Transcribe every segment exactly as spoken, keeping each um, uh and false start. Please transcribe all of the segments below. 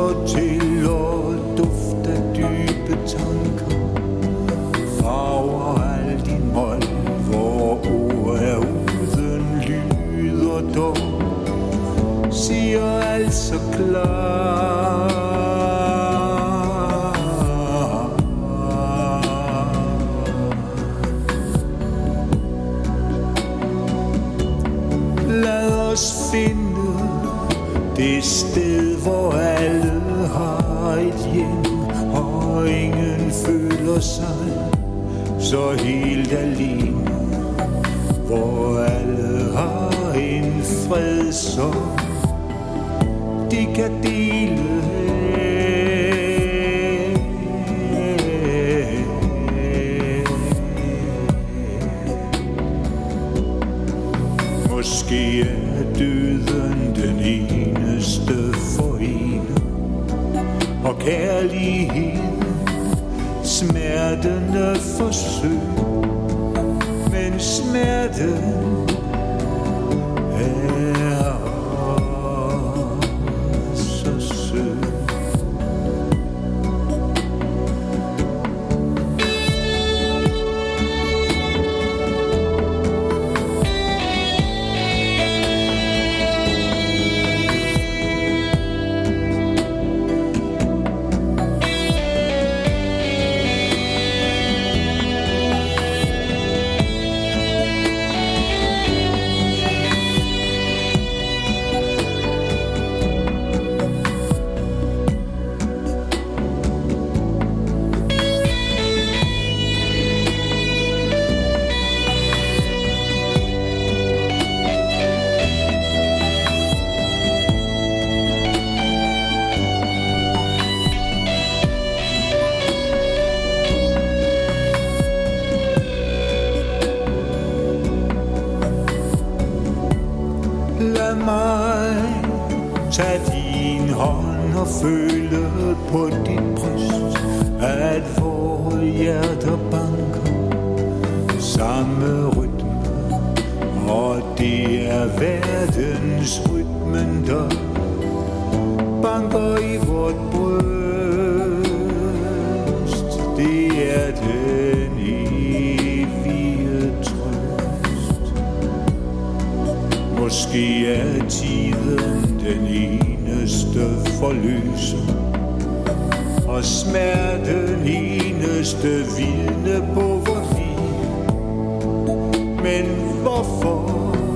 slår til og dufter dybe tanker, farver al din mål, hvor ord er uden lyd og dog, siger alt så klart. Lad os finde det sted, hvor alle har et hjem, og ingen føler sig så helt alene, hvor alle har en fred, som de kan dele. Måske er døden den eneste forener, og kærligheden smertende forsøg, men smerten er så sød. Lad mig tage din hånd og føle på dit bryst, at vores hjerter banker samme rytme, og det er verdens rytmen, der banker i vort bryst. Det er den evige trøst. Måske er tiden den eneste forløser, og smerten eneste vidne på vort liv. Men hvorfor?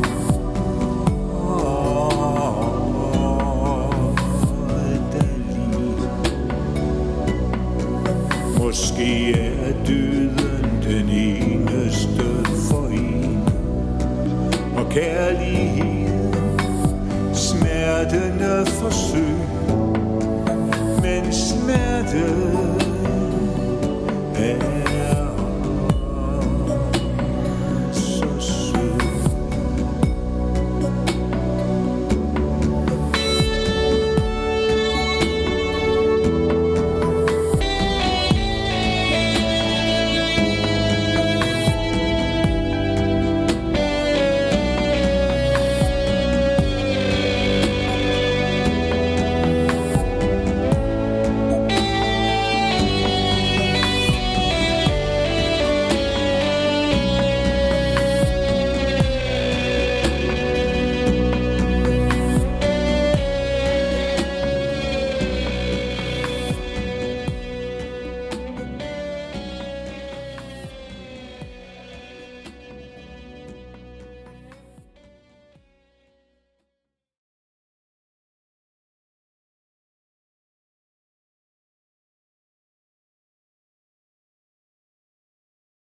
Måske er døden den eneste forener, og kærligheden smertende forsøg, men smerten er